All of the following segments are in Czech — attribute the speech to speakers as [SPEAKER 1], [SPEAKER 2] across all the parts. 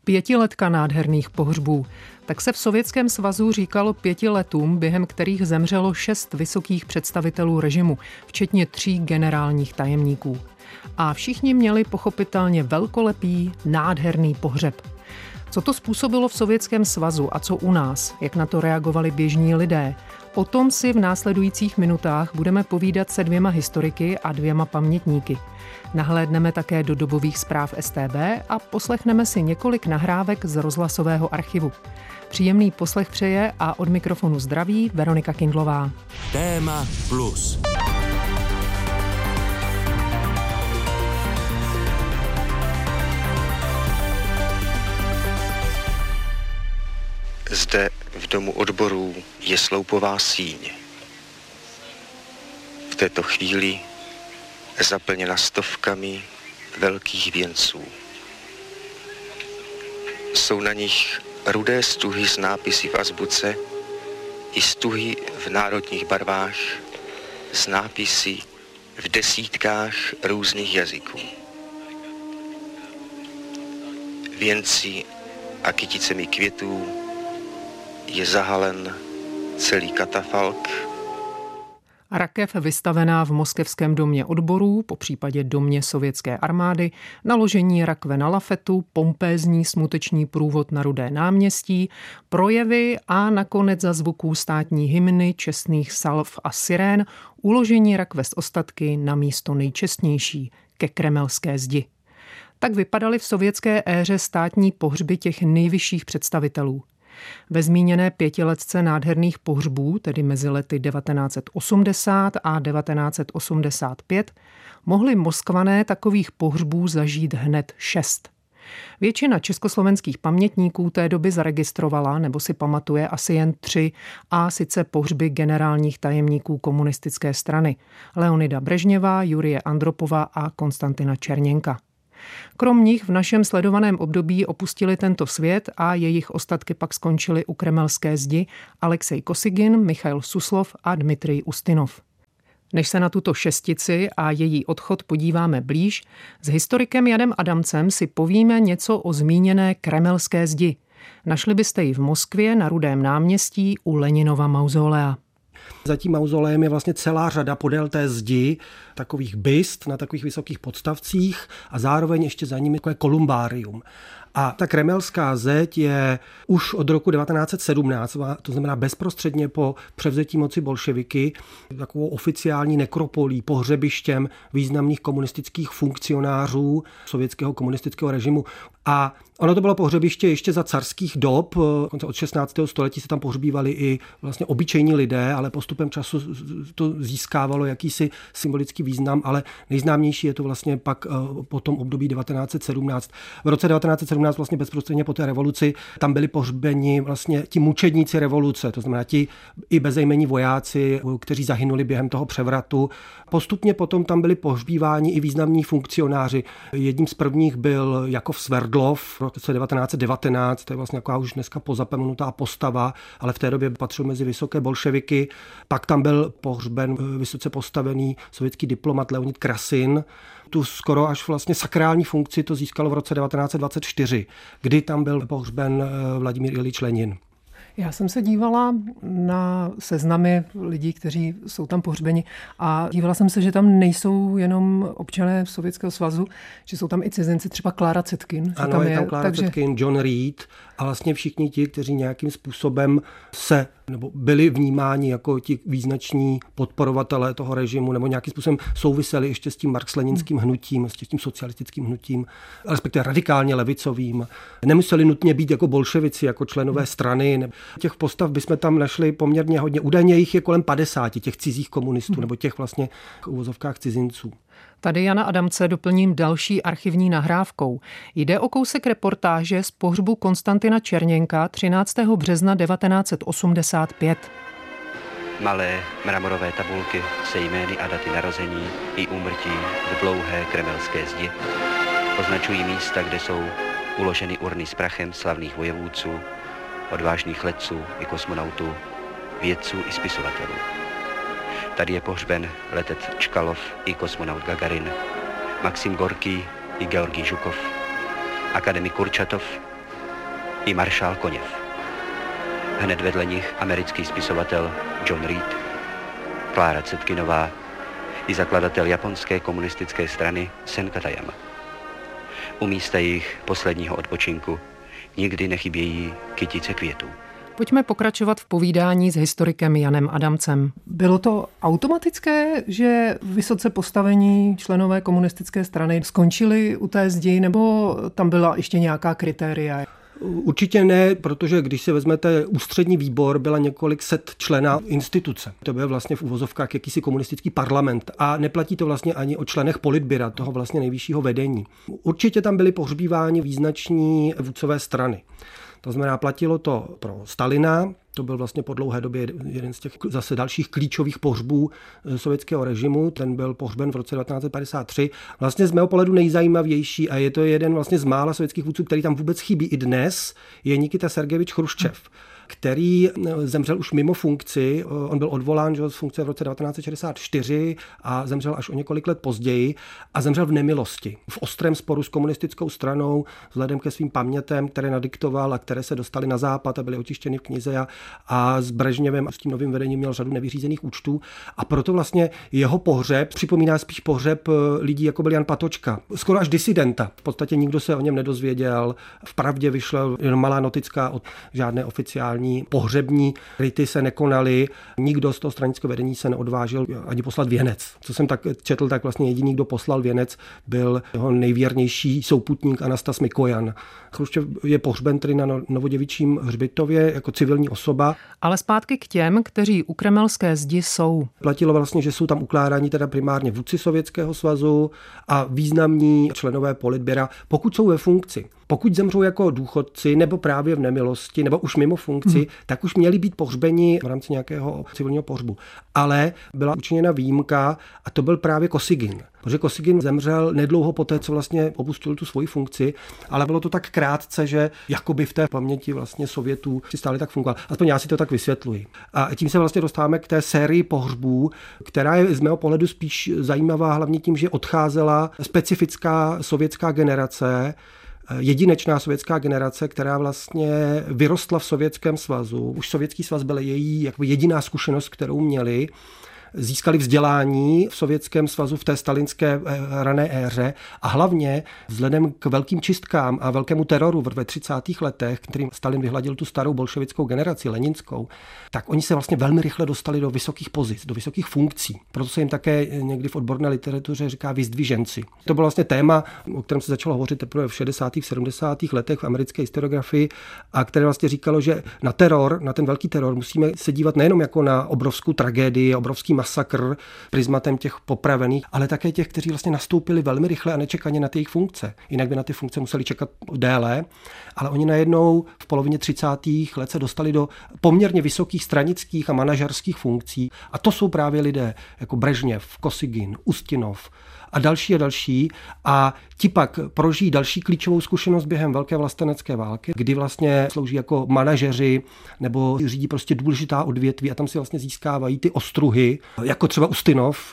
[SPEAKER 1] Pětiletka nádherných pohřbů. Tak se v Sovětském svazu říkalo 5 letům, během kterých zemřelo 6 vysokých představitelů režimu, včetně 3 generálních tajemníků. A všichni měli pochopitelně velkolepý, nádherný pohřeb. Co to způsobilo v Sovětském svazu a co u nás, jak na to reagovali běžní lidé, o tom si v následujících minutách budeme povídat se 2 historiky a 2 pamětníky. Nahlédneme také do dobových zpráv STB a poslechneme si několik nahrávek z rozhlasového archivu. Příjemný poslech přeje a od mikrofonu zdraví Veronika Kindlová.
[SPEAKER 2] Téma plus.
[SPEAKER 3] Zde v domu odborů je sloupová síň. V této chvíli zaplněna stovkami velkých věnců. Jsou na nich rudé stuhy s nápisy v azbuce i stuhy v národních barvách s nápisy v desítkách různých jazyků. Věnci a kyticemi květů je zahalen celý katafalk.
[SPEAKER 1] Rakev vystavená v moskevském domě odborů, popřípadě domě sovětské armády, naložení rakve na lafetu, pompézní smuteční průvod na Rudé náměstí, projevy a nakonec za zvuků státní hymny, čestných salv a sirén uložení rakve z ostatky na místo nejčestnější, ke Kremelské zdi. Tak vypadaly v sovětské éře státní pohřby těch nejvyšších představitelů. Ve zmíněné 5letce nádherných pohřbů, tedy mezi lety 1980 a 1985, mohli Moskvané takových pohřbů zažít hned 6. Většina československých pamětníků té doby zaregistrovala nebo si pamatuje asi jen 3, a sice pohřby generálních tajemníků komunistické strany Leonida Brežněva, Jurie Andropova a Konstantina Černěnka. Krom nich v našem sledovaném období opustili tento svět a jejich ostatky pak skončily u Kremelské zdi Alexej Kosygin, Michail Suslov a Dmitrij Ustinov. Než se na tuto šestici a její odchod podíváme blíž, s historikem Janem Adamcem si povíme něco o zmíněné Kremelské zdi. Našli byste ji v Moskvě na Rudém náměstí u Leninova mauzolea.
[SPEAKER 4] Za tím mauzoleem je vlastně celá řada podél té zdi takových byst na takových vysokých podstavcích a zároveň ještě za nimi takové kolumbárium. A ta Kremelská zeď je už od roku 1917, to znamená bezprostředně po převzetí moci bolševiky, takovou oficiální nekropolí, pohřebištěm významných komunistických funkcionářů sovětského komunistického režimu. A ono to bylo pohřebiště ještě za carských dob, od 16. století se tam pohřbívali i vlastně obyčejní lidé, ale postupem času to získávalo jakýsi symbolický význam, ale nejznámější je to vlastně pak po tom období 1917. V roce 1917 vlastně bezprostředně po té revoluci tam byli pohřbeni vlastně ti mučedníci revoluce, to znamená ti i bezejmenní vojáci, kteří zahynuli během toho převratu. Postupně potom tam byli pohřbíváni i významní funkcionáři. Jedním z prvních byl Jakov Sverdlov v roce 1919, to je vlastně taková už dneska pozapomenutá postava, ale v té době patřil mezi vysoké bolševiky. Pak tam byl pohřben vysoce postavený sovětský diplomat Leonid Krasin. Tu skoro až vlastně sakrální funkci to získalo v roce 1924, kdy tam byl pohřben Vladimír Iljič Lenin.
[SPEAKER 1] Já jsem se dívala na seznamy lidí, kteří jsou tam pohřbeni, a dívala jsem se, že tam nejsou jenom občané Sovětského svazu, že jsou tam i cizinci, třeba Klára Cetkin.
[SPEAKER 4] Ano, je tam Klára Cetkin, John Reed a vlastně všichni ti, kteří nějakým způsobem se nebo byli vnímáni jako ti význační podporovatelé toho režimu nebo nějakým způsobem souviseli ještě s tím marx-leninským hnutím, s tím socialistickým hnutím, respektive radikálně levicovým. Nemuseli nutně být jako bolševici, jako členové strany. Těch postav bychom tam našli poměrně hodně. Údajně jich je kolem 50, těch cizích komunistů nebo těch vlastně v uvozovkách cizinců.
[SPEAKER 1] Tady Jana Adamce doplním další archivní nahrávkou. Jde o kousek reportáže z pohřbu Konstantina Černěnka 13. března 1985.
[SPEAKER 5] Malé mramorové tabulky se jmény a daty narození i úmrtí v dlouhé kremelské zdi označují místa, kde jsou uloženy urny s prachem slavných vojevůdců, odvážných letců i kosmonautů, vědců i spisovatelů. Tady je pohřben letec Čkalov i kosmonaut Gagarin, Maxim Gorkij i Georgij Žukov, akademik Kurčatov i maršál Koněv. Hned vedle nich americký spisovatel John Reed, Klára Cetkinová i zakladatel japonské komunistické strany Sen Katayama. U místa jejich posledního odpočinku nikdy nechybějí kytice květů.
[SPEAKER 1] Pojďme pokračovat v povídání s historikem Janem Adamcem. Bylo to automatické, že vysoce postavení členové komunistické strany skončili u té zdi, nebo tam byla ještě nějaká kritéria?
[SPEAKER 4] Určitě ne, protože když si vezmete ústřední výbor, byla několik set člena instituce. To byl vlastně v uvozovkách jakýsi komunistický parlament a neplatí to vlastně ani o členech politbyra, toho vlastně nejvyššího vedení. Určitě tam byli pohřbíváni význační vůdcové strany. To znamená, platilo to pro Stalina, to byl vlastně po dlouhé době jeden z těch zase dalších klíčových pohřbů sovětského režimu, ten byl pohřben v roce 1953. Vlastně z mého pohledu nejzajímavější a je to jeden vlastně z mála sovětských vůdců, který tam vůbec chybí i dnes, je Nikita Sergejevič Chruščev, který zemřel už mimo funkci. On byl odvolán z funkce v roce 1964 a zemřel až o několik let později a zemřel v nemilosti, v ostrém sporu s komunistickou stranou vzhledem ke svým pamětem, které nadiktoval a které se dostaly na západ a byly otištěny v knize a s Brežněvem a s tím novým vedením měl řadu nevyřízených účtů a proto vlastně jeho pohřeb připomíná spíš pohřeb lidí, jako byl Jan Patočka, skoro až disidenta. V podstatě nikdo se o něm nedozvěděl, v Pravdě vyšla jenom malá notická od žádné oficiální pohřební rity se nekonaly, nikdo z toho stranického vedení se neodvážil ani poslat věnec. Co jsem tak četl, tak vlastně jediný, kdo poslal věnec, byl jeho nejvěrnější souputník Anastas Mikojan. Chruščev je pohřben tedy na Novoděvičím hřbitově jako civilní osoba.
[SPEAKER 1] Ale zpátky k těm, kteří u kremelské zdi jsou.
[SPEAKER 4] Platilo vlastně, že jsou tam ukládáni teda primárně vůdci Sovětského svazu a významní členové politbyra, pokud jsou ve funkci. Pokud zemřou jako důchodci nebo právě v nemilosti nebo už mimo funkci, tak už měli být pohřbeni v rámci nějakého civilního pohřbu. Ale byla učiněna výjimka a to byl právě Kosygin. Protože Kosygin zemřel nedlouho poté, co vlastně opustil tu svoji funkci, ale bylo to tak krátce, že jakoby v té paměti vlastně Sovětů si stále tak fungoval. Aspoň já si to tak vysvětluji. A tím se vlastně dostáváme k té sérii pohřbů, která je z mého pohledu spíš zajímavá hlavně tím, že odcházela specifická sovětská generace, jedinečná sovětská generace, která vlastně vyrostla v Sovětském svazu. Už Sovětský svaz byl její jako jediná zkušenost, kterou měli. Získali vzdělání v Sovětském svazu v té stalinské rané éře a hlavně vzhledem k velkým čistkám a velkému teroru ve 30. letech, kterým Stalin vyhladil tu starou bolševickou generaci leninskou, tak oni se vlastně velmi rychle dostali do vysokých pozic, do vysokých funkcí. Proto se jim také někdy v odborné literatuře říká vyzdviženci. To bylo vlastně téma, o kterém se začalo hovořit teprve v 60. 70. letech v americké historiografii a které vlastně říkalo, že na teror, na ten velký teror musíme se dívat nejenom jako na obrovskou tragédii, obrovský masakr prismatem těch popravených, ale také těch, kteří vlastně nastoupili velmi rychle a nečekaně na ty jejich funkce. Jinak by na ty funkce museli čekat déle, ale oni najednou v polovině 30. let se dostali do poměrně vysokých stranických a manažerských funkcí a to jsou právě lidé jako Brežněv, Kosygin, Ustinov a další a ti pak prožijí další klíčovou zkušenost během velké vlastenecké války, kdy vlastně slouží jako manažeři nebo řídí prostě důležitá odvětví a tam si vlastně získávají ty ostruhy, jako třeba Ustinov.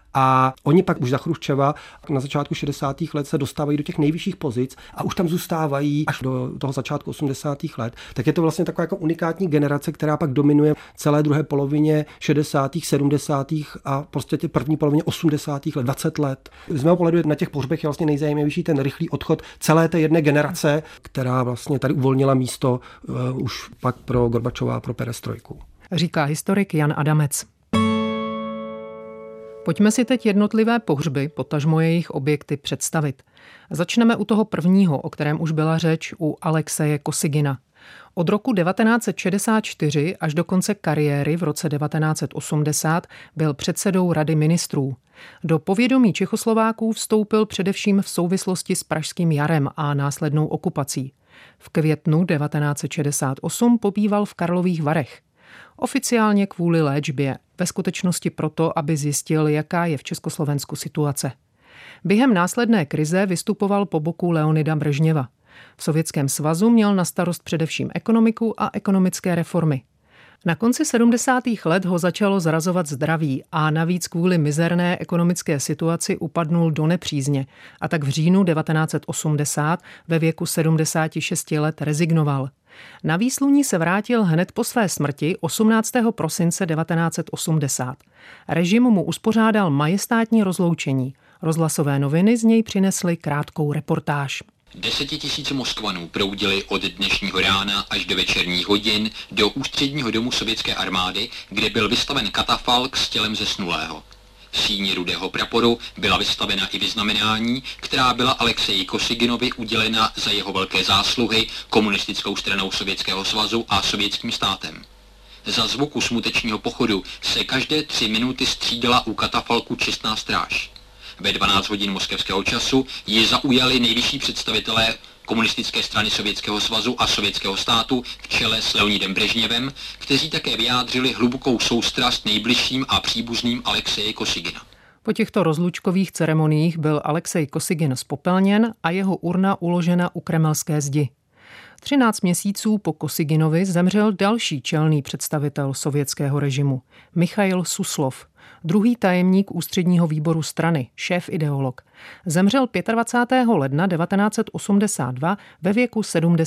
[SPEAKER 4] A oni pak už za Chruščeva na začátku 60. let se dostávají do těch nejvyšších pozic a už tam zůstávají až do toho začátku 80. let. Tak je to vlastně taková jako unikátní generace, která pak dominuje celé druhé polovině 60., 70. a prostě první polovině 80. let, 20 let. Z mého pohledu na těch pohřbech je vlastně nejzajímavější ten rychlý odchod celé té jedné generace, která vlastně tady uvolnila místo už pak pro Gorbačova a pro perestrojku.
[SPEAKER 1] Říká historik Jan Adamec. Pojďme si teď jednotlivé pohřby, potažmo jejich objekty, představit. Začneme u toho prvního, o kterém už byla řeč, u Alexeje Kosygina. Od roku 1964 až do konce kariéry v roce 1980 byl předsedou Rady ministrů. Do povědomí Čechoslováků vstoupil především v souvislosti s Pražským jarem a následnou okupací. V květnu 1968 pobýval v Karlových Varech. Oficiálně kvůli léčbě, ve skutečnosti proto, aby zjistil, jaká je v Československu situace. Během následné krize vystupoval po boku Leonida Brežněva. V Sovětském svazu měl na starost především ekonomiku a ekonomické reformy. Na konci 70. let ho začalo zrazovat zdraví a navíc kvůli mizerné ekonomické situaci upadnul do nepřízně a tak v říjnu 1980 ve věku 76 let rezignoval. Na výsluní se vrátil hned po své smrti 18. prosince 1980. Režim mu uspořádal majestátní rozloučení. Rozhlasové noviny z něj přinesly krátkou reportáž.
[SPEAKER 6] 10 000 Moskvanů proudili od dnešního rána až do večerních hodin do ústředního domu sovětské armády, kde byl vystaven katafalk s tělem zesnulého. V síni rudého praporu byla vystavena i vyznamenání, která byla Alexeji Kosyginovi udělena za jeho velké zásluhy komunistickou stranou Sovětského svazu a sovětským státem. Za zvuku smutečního pochodu se každé 3 minuty střídala u katafalku čestná stráž. Ve 12 hodin moskevského času ji zaujali nejvyšší představitelé komunistické strany Sovětského svazu a sovětského státu v čele s Leonidem Brežněvem, kteří také vyjádřili hlubokou soustrast nejbližším a příbuzným Alexeje Kosygina.
[SPEAKER 1] Po těchto rozlučkových ceremoniích byl Alexej Kosygin zpopelněn a jeho urna uložena u kremelské zdi. 13 měsíců po Kosyginovi zemřel další čelný představitel sovětského režimu, Michail Suslov, druhý tajemník ústředního výboru strany, šéf-ideolog. Zemřel 25. ledna 1982 ve věku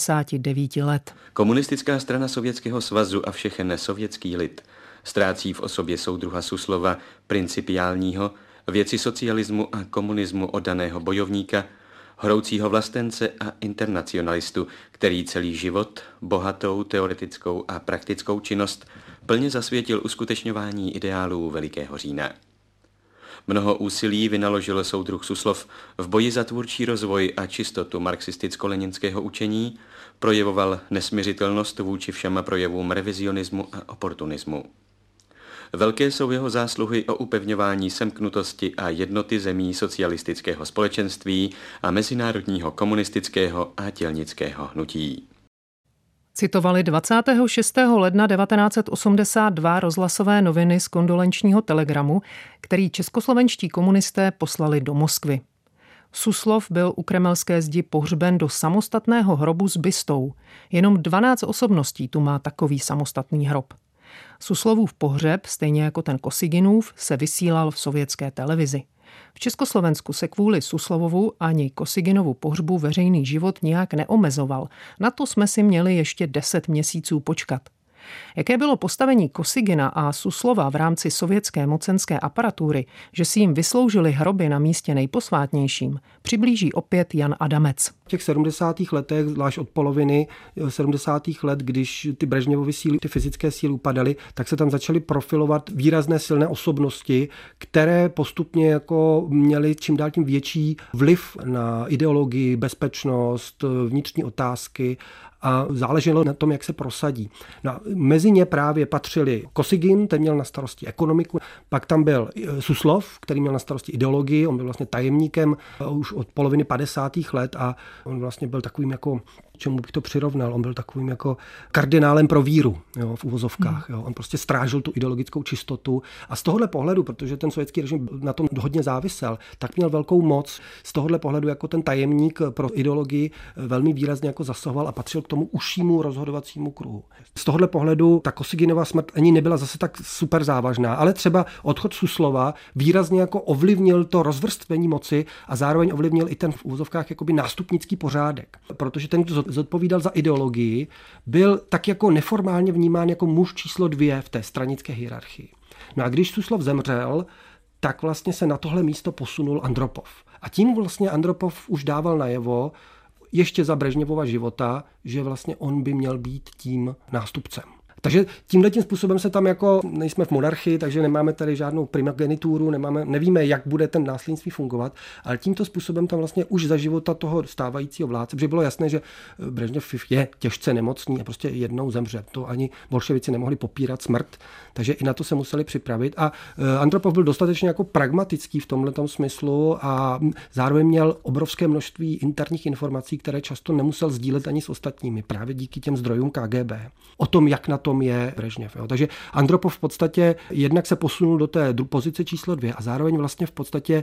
[SPEAKER 1] 79 let.
[SPEAKER 7] Komunistická strana Sovětského svazu a všechen sovětský lid ztrácí v osobě soudruha Suslova principiálního, věci socialismu a komunismu oddaného bojovníka, hroucího vlastence a internacionalistu, který celý život, bohatou teoretickou a praktickou činnost plně zasvětil uskutečňování ideálů Velikého října. Mnoho úsilí vynaložil soudruh Suslov v boji za tvůrčí rozvoj a čistotu marxisticko-leninského učení, projevoval nesmiřitelnost vůči všem projevům revizionismu a oportunismu. Velké jsou jeho zásluhy o upevňování semknutosti a jednoty zemí socialistického společenství a mezinárodního komunistického a dělnického hnutí.
[SPEAKER 1] Citovali 26. ledna 1982 rozhlasové noviny z kondolenčního telegramu, který českoslovenští komunisté poslali do Moskvy. Suslov byl u kremelské zdi pohřben do samostatného hrobu s bystou. Jenom 12 osobností tu má takový samostatný hrob. Suslovův pohřeb, stejně jako ten Kosyginův, se vysílal v sovětské televizi. V Československu se kvůli Suslovovu ani Kosyginovu pohřbu veřejný život nijak neomezoval. Na to jsme si měli ještě 10 měsíců počkat. Jaké bylo postavení Kosygina a Suslova v rámci sovětské mocenské aparatury, že si jim vysloužili hroby na místě nejposvátnějším, přiblíží opět Jan Adamec.
[SPEAKER 4] V těch 70. letech, zvlášť od poloviny 70. let, když ty Brežněvovy síly, ty fyzické síly upadaly, tak se tam začaly profilovat výrazné silné osobnosti, které postupně jako měly čím dál tím větší vliv na ideologii, bezpečnost, vnitřní otázky a záleželo na tom, jak se prosadí. No, mezi ně právě patřili Kosygin, ten měl na starosti ekonomiku, pak tam byl Suslov, který měl na starosti ideologii, on byl vlastně tajemníkem už od poloviny 50. let a on vlastně byl takovým jako, čemu bych to přirovnal, on byl takovým jako kardinálem pro víru, jo, v uvozovkách. Jo. On prostě strážil tu ideologickou čistotu a z tohohle pohledu, protože ten sovětský režim na tom hodně závisel, tak měl velkou moc. Z tohohle pohledu jako ten tajemník pro ideologii velmi výrazně jako zasahoval a patřil k tomu užšímu rozhodovacímu kruhu. Z tohohle pohledu ta Kosyginova smrt ani nebyla zase tak super závažná, ale třeba odchod Suslova výrazně jako ovlivnil to rozvrstvení moci a zároveň ovlivnil i ten v uvozovkách jakoby nástupnický pořádek, protože ten, kdo zodpovídal za ideologii, byl tak jako neformálně vnímán jako muž číslo 2 v té stranické hierarchii. No a když Suslov zemřel, tak vlastně se na tohle místo posunul Andropov. A tím vlastně Andropov už dával najevo, ještě za Brežněvova života, že vlastně on by měl být tím nástupcem. Takže tímhletím způsobem se tam jako, nejsme v monarchii, takže nemáme tady žádnou primogenituru, nevíme, jak bude ten následnictví fungovat, ale tímto způsobem tam vlastně už za života toho stávajícího vládce, protože bylo jasné, že Brežněv je těžce nemocný a prostě jednou zemře. To ani bolševici nemohli popírat smrt, takže i na to se museli připravit. A Andropov byl dostatečně jako pragmatický v tomhletom smyslu a zároveň měl obrovské množství interních informací, které často nemusel sdílet ani s ostatními, právě díky těm zdrojům KGB. O tom, jak na tom je Brežněv. Jo. Takže Andropov v podstatě jednak se posunul do té pozice číslo 2 a zároveň vlastně v podstatě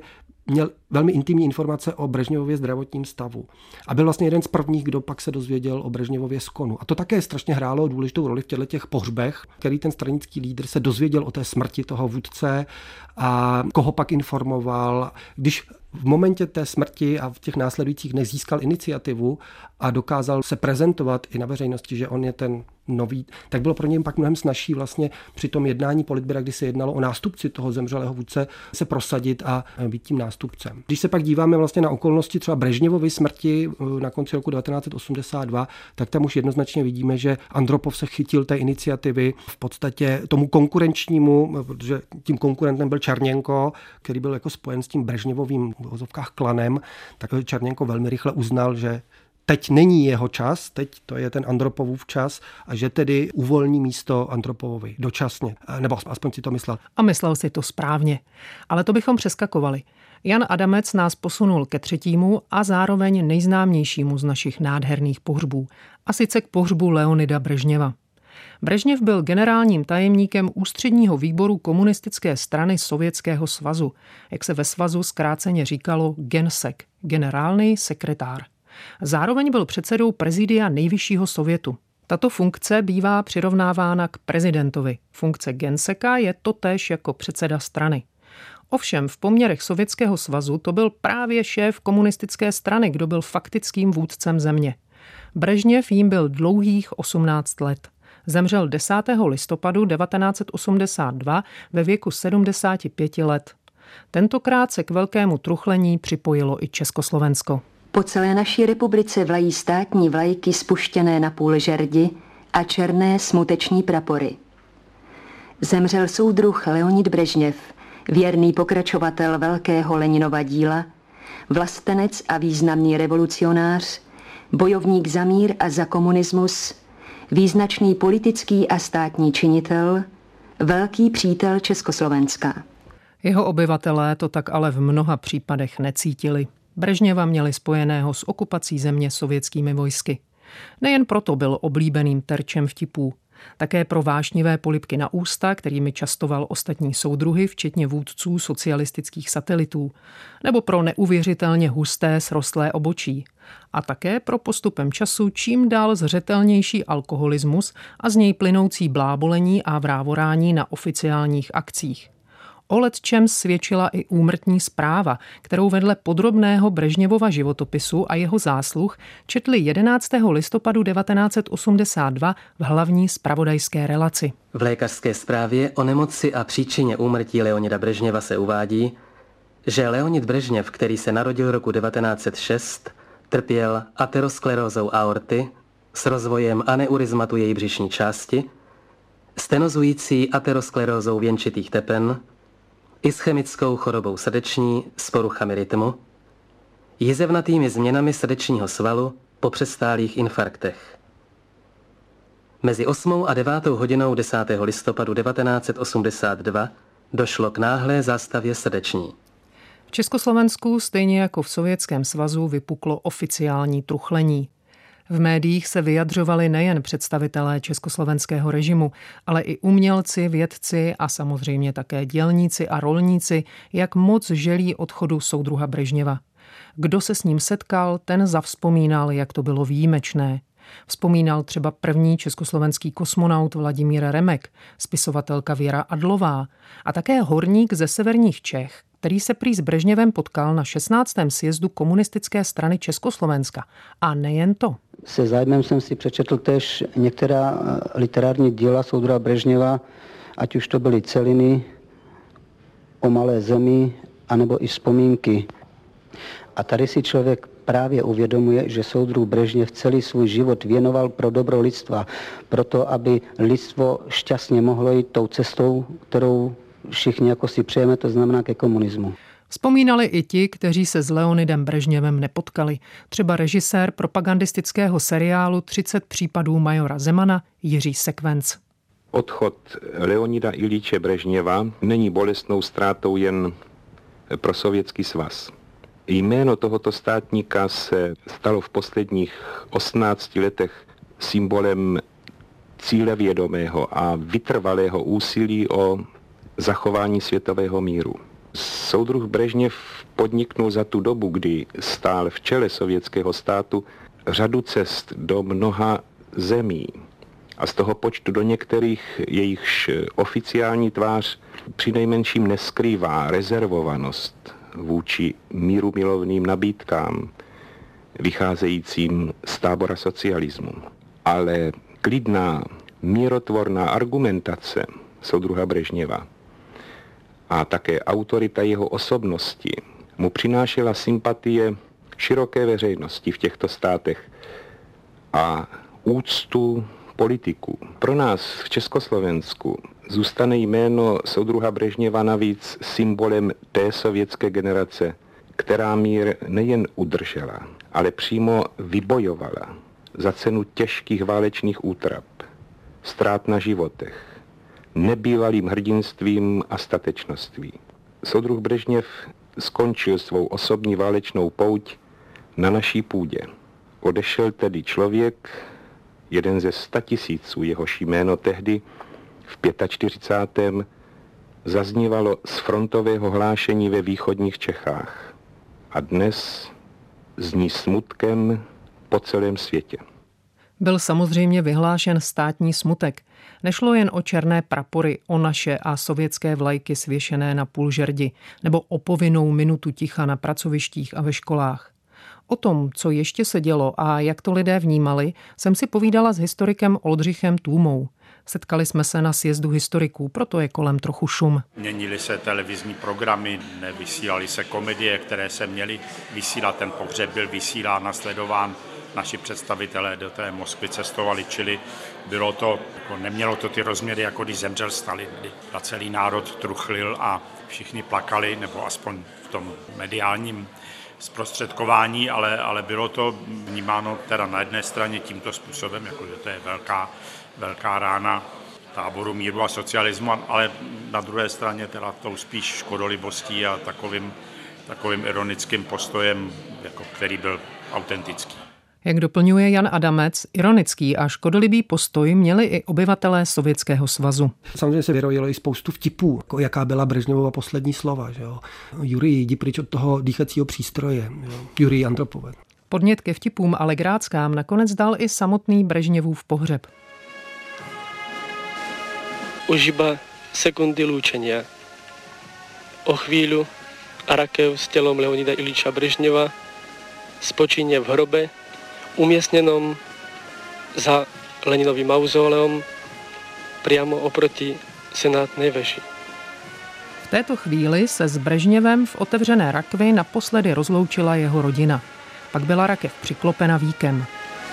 [SPEAKER 4] měl velmi intimní informace o Brežněvově zdravotním stavu. A byl vlastně jeden z prvních, kdo pak se dozvěděl o Brežněvově skonu. A to také strašně hrálo důležitou roli v těch pohřbech, který ten stranický lídr se dozvěděl o té smrti toho vůdce a koho pak informoval. Když v momentě té smrti a v těch následujících dnech získal iniciativu a dokázal se prezentovat i na veřejnosti, že on je ten nový, tak bylo pro něj pak mnohem snazší vlastně při tom jednání politbyra, kdy se jednalo o nástupci toho zemřelého vůdce, se prosadit a být tím nástupcem. Když se pak díváme vlastně na okolnosti třeba Brežněvovy smrti na konci roku 1982, tak tam už jednoznačně vidíme, že Andropov se chytil té iniciativy v podstatě tomu konkurenčnímu, protože tím konkurentem byl Černěnko, který byl jako spojen s tím Brežněvovým v uvozovkách klanem, tak Černěnko velmi rychle uznal, že teď není jeho čas, teď to je ten Andropovův čas a že tedy uvolní místo Andropovovi dočasně, nebo aspoň si to myslel.
[SPEAKER 1] A myslel si to správně, ale to bychom přeskakovali. Jan Adamec nás posunul ke třetímu a zároveň nejznámějšímu z našich nádherných pohřbů, a sice k pohřbu Leonida Brežněva. Brežněv byl generálním tajemníkem ústředního výboru komunistické strany Sovětského svazu, jak se ve svazu zkráceně říkalo Gensek, generální sekretár. Zároveň byl předsedou prezidia Nejvyššího sovětu. Tato funkce bývá přirovnávána k prezidentovi. Funkce Genseka je totéž jako předseda strany. Ovšem v poměrech Sovětského svazu to byl právě šéf komunistické strany, kdo byl faktickým vůdcem země. Brežněv jím byl dlouhých 18 let. Zemřel 10. listopadu 1982 ve věku 75 let. Tentokrát se k velkému truchlení připojilo i Československo.
[SPEAKER 8] Po celé naší republice vlají státní vlajky spuštěné na půl žerdi a černé smuteční prapory. Zemřel soudruh Leonid Brežněv, věrný pokračovatel velkého Leninova díla, vlastenec a významný revolucionář, bojovník za mír a za komunismus, význačný politický a státní činitel, velký přítel Československa.
[SPEAKER 1] Jeho obyvatelé to tak ale v mnoha případech necítili. Brežněva měli spojeného s okupací země sovětskými vojsky. Nejen proto byl oblíbeným terčem vtipů. Také pro vášnivé polibky na ústa, kterými častoval ostatní soudruhy, včetně vůdců socialistických satelitů, nebo pro neuvěřitelně husté srostlé obočí. A také pro postupem času čím dál zřetelnější alkoholismus a z něj plynoucí blábolení a vrávorání na oficiálních akcích. O lecčem svědčila i úmrtní zpráva, kterou vedle podrobného Brežněvova životopisu a jeho zásluh četli 11. listopadu 1982 v hlavní zpravodajské relaci.
[SPEAKER 9] V lékařské zprávě o nemoci a příčině úmrtí Leonida Brežněva se uvádí, že Leonid Brežněv, který se narodil roku 1906, trpěl aterosklerózou aorty s rozvojem aneurizmatu její břišní části, stenozující aterosklerózou věnčitých tepen, ischemickou chorobou srdeční s poruchami rytmu, jizevnatými změnami srdečního svalu po přestálých infarktech. Mezi 8. a 9. hodinou 10. listopadu 1982 došlo k náhlé zástavě srdeční.
[SPEAKER 1] V Československu, stejně jako v Sovětském svazu, vypuklo oficiální truchlení. V médiích se vyjadřovali nejen představitelé československého režimu, ale i umělci, vědci a samozřejmě také dělníci a rolníci, jak moc želí odchodu soudruha Brežněva. Kdo se s ním setkal, ten zavzpomínal, jak to bylo výjimečné. Vzpomínal třeba první československý kosmonaut Vladimír Remek, spisovatelka Věra Adlová a také horník ze severních Čech, který se prý s Brežněvem potkal na 16. sjezdu komunistické strany Československa. A nejen to.
[SPEAKER 10] Se zájmem jsem si přečetl též některá literární díla soudruha Brežněva, ať už to byly celiny o malé zemi, anebo i vzpomínky. A tady si člověk právě uvědomuje, že soudruh Brežněv celý svůj život věnoval pro dobro lidstva, proto aby lidstvo šťastně mohlo jít tou cestou, kterou všichni jako si přejeme, to znamená ke komunismu.
[SPEAKER 1] Vzpomínali i ti, kteří se s Leonidem Brežněvem nepotkali. Třeba režisér propagandistického seriálu 30 případů majora Zemana Jiří Sekvenc.
[SPEAKER 11] Odchod Leonida Iljiče Brežněva není bolestnou ztrátou jen pro Sovětský svaz. Jméno tohoto státníka se stalo v posledních 18 letech symbolem cílevědomého a vytrvalého úsilí o zachování světového míru. Soudruh Brežněv podniknul za tu dobu, kdy stál v čele sovětského státu, řadu cest do mnoha zemí. A z toho počtu do některých jejichž oficiální tvář přinejmenším neskrývá rezervovanost vůči mírumilovným nabídkám vycházejícím z tábora socialismu. Ale klidná, mírotvorná argumentace soudruha Brežněva a také autorita jeho osobnosti mu přinášela sympatie široké veřejnosti v těchto státech a úctu politiků. Pro nás v Československu zůstane jméno soudruha Brežněva navíc symbolem té sovětské generace, která mír nejen udržela, ale přímo vybojovala za cenu těžkých válečných útrap, ztrát na životech, nebývalým hrdinstvím a statečností. Soudruh Brežněv skončil svou osobní válečnou pouť na naší půdě. Odešel tedy člověk, jeden ze 100 000, jehož jméno tehdy v 45. zaznívalo z frontového hlášení ve východních Čechách a dnes zní smutkem po celém světě.
[SPEAKER 1] Byl samozřejmě vyhlášen státní smutek. Nešlo jen o černé prapory, o naše a sovětské vlajky svěšené na půl žerdi, nebo o povinnou minutu ticha na pracovištích a ve školách. O tom, co ještě se dělo a jak to lidé vnímali, jsem si povídala s historikem Oldřichem Tůmou. Setkali jsme se na sjezdu historiků, proto je kolem trochu šum.
[SPEAKER 12] Měnily se televizní programy, nevysílaly se komedie, které se měly vysílat. Ten pohřeb byl vysílán, nasledován. Naši představitelé do té Moskvy cestovali, čili bylo to, nemělo to ty rozměry, jako když zemřel Stalin, kdy celý národ truchlil a všichni plakali, nebo aspoň v tom mediálním zprostředkování, ale bylo to vnímáno teda na jedné straně tímto způsobem, jako že to je velká rána táboru míru a socialismu, ale na druhé straně teda tou spíš škodolibostí a takovým ironickým postojem, jako který byl autentický.
[SPEAKER 1] Jak doplňuje Jan Adamec, ironický a škodolibý postoj měli i obyvatelé Sovětského svazu.
[SPEAKER 4] Samozřejmě se vyrojilo i spoustu vtipů, jako jaká byla Brežněvova poslední slova. Že jo? Jurij, jdi pryč od toho dýchacího přístroje. Jurij Antropové.
[SPEAKER 1] Podnět ke vtipům a legráckám nakonec dal i samotný Brežněvův pohřeb.
[SPEAKER 13] Už iba sekundy lúčenia. O chvíľu Arakev s telom Leonida Iliča Brežněva spočíne v hrobe umiestnenom za Leninovým mauzóleom priamo oproti senátnej veži.
[SPEAKER 1] V této chvíli se s Brežněvem v otevřené rakvi naposledy rozloučila jeho rodina. Pak byla rakev přiklopena víkem.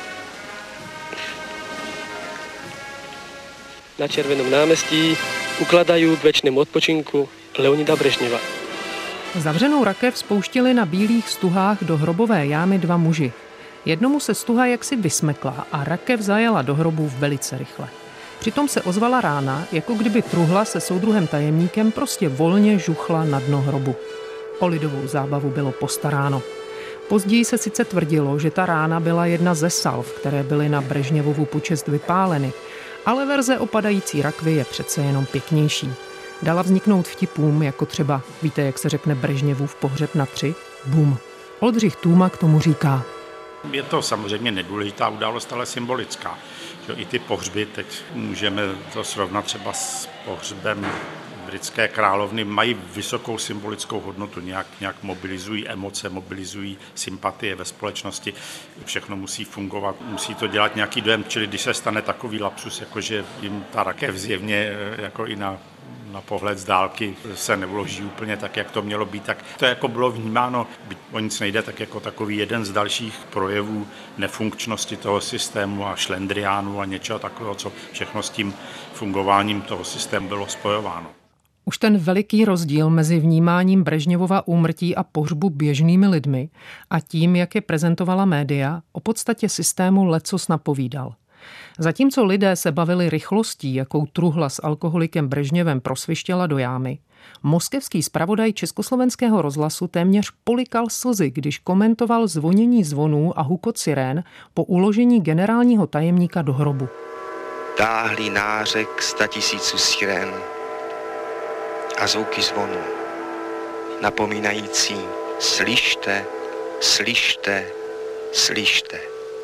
[SPEAKER 13] Na Červenom námestí ukladajú k večnému odpočinku Leonida Brežněva.
[SPEAKER 1] Zavřenou rakev spouštili na bílých stuhách do hrobové jámy 2 muži. Jednomu se stuha jaksi vysmekla a rakev zajela do hrobu velice rychle. Přitom se ozvala rána, jako kdyby truhla se soudruhem tajemníkem prostě volně žuchla na dno hrobu. O lidovou zábavu bylo postaráno. Později se sice tvrdilo, že ta rána byla jedna ze salv, které byly na Brežněvovu počest vypáleny, ale verze o padající rakvi je přece jenom pěknější. Dala vzniknout vtipům, jako třeba, víte, jak se řekne Brežněvův pohřeb na 3? Bum. Oldřich Tůma k tomu říká.
[SPEAKER 12] Je to samozřejmě nedůležitá událost, ale symbolická. Že i ty pohřby, teď můžeme to srovnat třeba s pohřbem britské královny, mají vysokou symbolickou hodnotu, nějak mobilizují emoce, mobilizují sympatie ve společnosti. Všechno musí fungovat, musí to dělat nějaký dojem, čili když se stane takový lapsus, jakože jim ta rakev zjevně jako i na pohled z dálky se neuloží úplně tak, jak to mělo být, tak to jako bylo vnímáno, byť o nic nejde, tak jako takový jeden z dalších projevů nefunkčnosti toho systému a šlendriánu a něčeho takového, co všechno s tím fungováním toho systému bylo spojováno.
[SPEAKER 1] Už ten veliký rozdíl mezi vnímáním Brežněvova úmrtí a pohřbu běžnými lidmi a tím, jak je prezentovala média, o podstatě systému lecos napovídal. Zatímco lidé se bavili rychlostí, jakou truhla s alkoholikem Brežněvem prosvištěla do jámy, moskevský zpravodaj Československého rozhlasu téměř polikal slzy, když komentoval zvonění zvonů a hukot sirén po uložení generálního tajemníka do hrobu.
[SPEAKER 3] Táhlý nářek 100 000 sirén a zvuky zvonů. napomínající slyšte, slyšte, slyšte.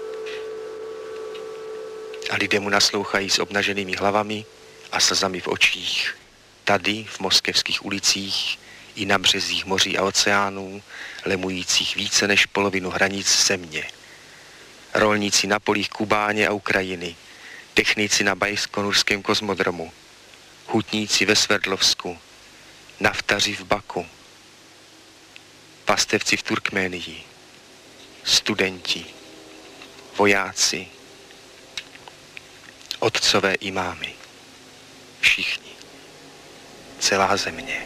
[SPEAKER 3] A lidé mu naslouchají s obnaženými hlavami a slzami v očích. Tady, v moskevských ulicích, i na březích moří a oceánů, lemujících více než polovinu hranic země. Rolníci na polích Kubáně a Ukrajiny, technici na Bajkonurském kozmodromu, hutníci ve Sverdlovsku, naftaři v Baku, pastevci v Turkménii, studenti, vojáci, otcové imámy, všichni, celá země.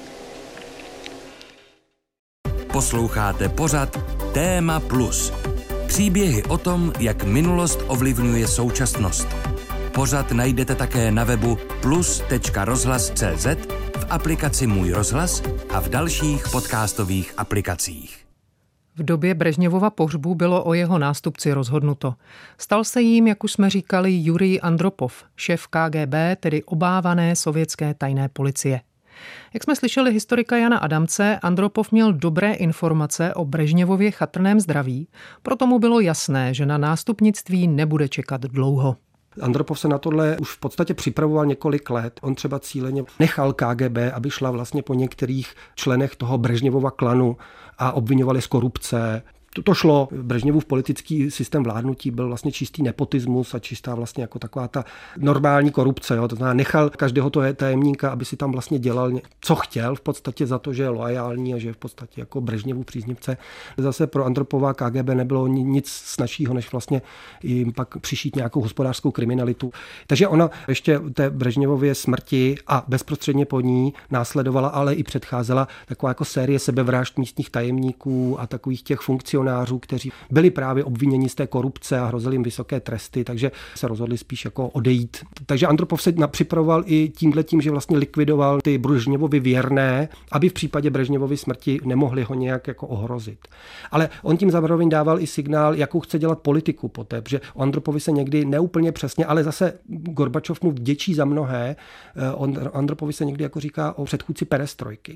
[SPEAKER 2] Posloucháte pořad Téma Plus. Příběhy o tom, jak minulost ovlivňuje současnost. Pořad najdete také na webu plus.rozhlas.cz, v aplikaci Můj rozhlas a v dalších podcastových aplikacích.
[SPEAKER 1] V době Brežněvova pohřbu bylo o jeho nástupci rozhodnuto. Stal se jím, jak už jsme říkali, Jurij Andropov, šéf KGB, tedy obávané sovětské tajné policie. Jak jsme slyšeli historika Jana Adamce, Andropov měl dobré informace o Brežněvově chatrném zdraví, proto mu bylo jasné, že na nástupnictví nebude čekat dlouho.
[SPEAKER 4] Andropov se na tohle už v podstatě připravoval několik let. On třeba cíleně nechal KGB, aby šla vlastně po některých členech toho Brežněvova klanu a obviňovali z korupce. To šlo. Brežněvův politický systém vládnutí byl vlastně čistý nepotismus a čistá vlastně jako taková ta normální korupce. Jo. To znamená, nechal každého toho tajemníka, aby si tam vlastně dělal, co chtěl v podstatě za to, že je loajální a že je v podstatě jako Brežněvův příznivce. Zase pro Andropova KGB nebylo nic snazšího, než vlastně jim pak přišít nějakou hospodářskou kriminalitu. Takže ona ještě té Brežněvově smrti a bezprostředně po ní následovala, ale i předcházela taková jako série sebevražd místních tajemníků a takových těch funkcionářů, kteří byli právě obviněni z té korupce a hrozili jim vysoké tresty, takže se rozhodli spíš jako odejít. Takže Andropov se připravoval i tímhletím, že vlastně likvidoval ty Brežněvovi věrné, aby v případě Brežněvovy smrti nemohli ho nějak jako ohrozit. Ale on tím zároveň dával i signál, jakou chce dělat politiku poté, protože o Andropovi se někdy neúplně přesně, ale zase Gorbačov mu vděčí za mnohé. Andropovi se někdy jako říká o předchůdci perestrojky.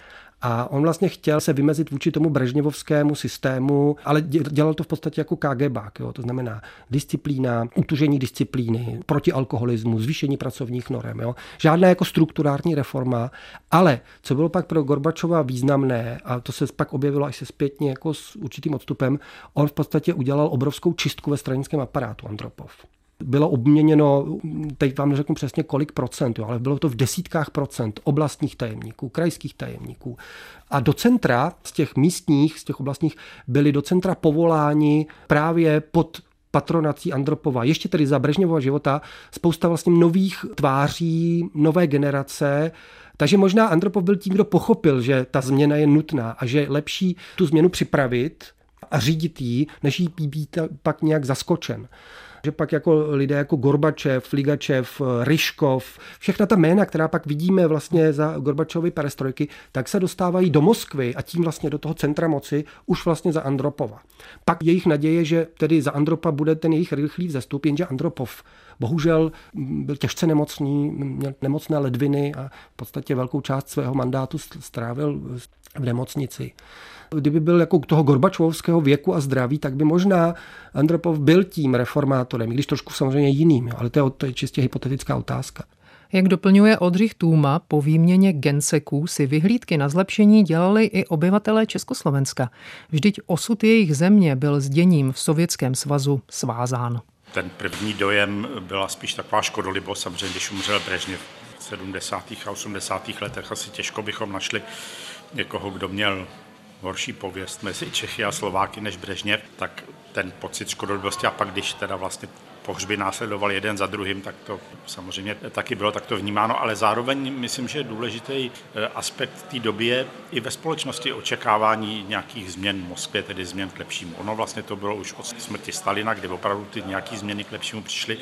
[SPEAKER 4] A on vlastně chtěl se vymezit vůči tomu brežněvovskému systému, ale dělal to v podstatě jako KGBák. Jo? To znamená disciplína, utužení disciplíny, protialkoholismu, zvýšení pracovních norem. Jo? Žádná jako strukturální reforma, ale co bylo pak pro Gorbačova významné, a to se pak objevilo až se zpětně jako s určitým odstupem, on v podstatě udělal obrovskou čistku ve stranickém aparátu Andropov. Bylo obměněno, teď vám neřeknu přesně kolik procent, jo, ale bylo to v desítkách procent oblastních tajemníků, krajských tajemníků. A do centra z těch místních, z těch oblastních byli do centra povoláni právě pod patronací Andropova. Ještě tedy za Brežněvova života spousta vlastně nových tváří, nové generace. Takže možná Andropov byl tím, kdo pochopil, že ta změna je nutná a že je lepší tu změnu připravit a řídit ji, než jí být pak nějak zaskočen. Že pak jako lidé jako Gorbačev, Ligačev, Ryškov, všechna ta jména, která pak vidíme vlastně za Gorbačovy perestrojky, tak se dostávají do Moskvy a tím vlastně do toho centra moci už vlastně za Andropova. Pak jejich naděje, že tedy za Andropa bude ten jejich rychlý vzestup, jenže Andropov bohužel byl těžce nemocný, měl nemocné ledviny a v podstatě velkou část svého mandátu strávil v nemocnici. Kdyby byl jako toho gorbačovského věku a zdraví, tak by možná Andropov byl tím reformátorem, i když trošku samozřejmě jiným, jo, ale to je čistě hypotetická otázka.
[SPEAKER 1] Jak doplňuje Oldřich Tůma, po výměně genseků si vyhlídky na zlepšení dělali i obyvatelé Československa. Vždyť osud jejich země byl s děním v Sovětském svazu svázán.
[SPEAKER 12] Ten první dojem byla spíš taková škodolibost, samozřejmě, když umřel Brežněv v 70. a 80. letech, asi těžko bychom našli někoho, kdo měl horší pověst mezi Čechy a Slováky než Brežněv, tak ten pocit škodolibosti a pak, když teda vlastně pohřby následovaly jeden za druhým, tak to samozřejmě taky bylo takto vnímáno, ale zároveň myslím, že důležitý aspekt té doby je i ve společnosti očekávání nějakých změn v Moskvě, tedy změn k lepšímu. Ono vlastně to bylo už od smrti Stalina, kde opravdu ty nějaké změny k lepšímu přišly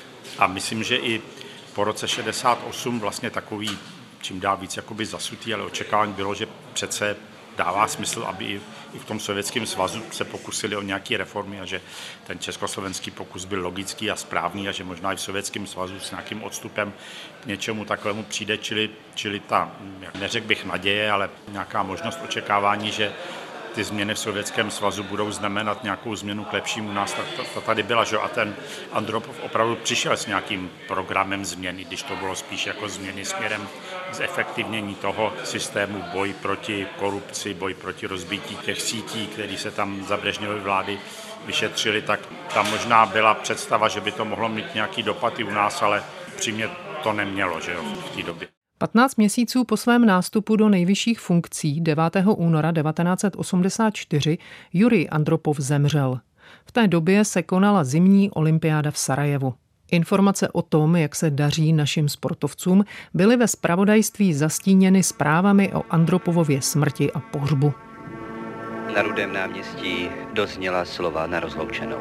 [SPEAKER 12] a myslím, že i po roce 68 vlastně takový čím dál víc jakoby zasutý, ale očekávání bylo, že přece dává smysl, aby i v tom Sovětském svazu se pokusili o nějaké reformy a že ten československý pokus byl logický a správný a že možná i v Sovětském svazu s nějakým odstupem k něčemu takovému přijde, čili ta, neřekl bych naděje, ale nějaká možnost očekávání, že ty změny v Sovětském svazu budou znamenat nějakou změnu k lepšímu nás, ta tady byla, že? A ten Andropov opravdu přišel s nějakým programem změny, když to bylo spíš jako změny směrem zefektivnění toho systému, boj proti korupci, boj proti rozbití těch sítí, které se tam za Brežněvy vlády vyšetřily, tak tam možná byla představa, že by to mohlo mít nějaký dopad i u nás, ale přímě to nemělo, že jo, v té době.
[SPEAKER 1] 15 měsíců po svém nástupu do nejvyšších funkcí 9. února 1984 Jurij Andropov zemřel. V té době se konala zimní olympiáda v Sarajevu. Informace o tom, jak se daří našim sportovcům, byly ve zpravodajství zastíněny zprávami o Andropovově smrti a pohřbu.
[SPEAKER 5] Na Rudém náměstí dozněla slova na rozloučenou.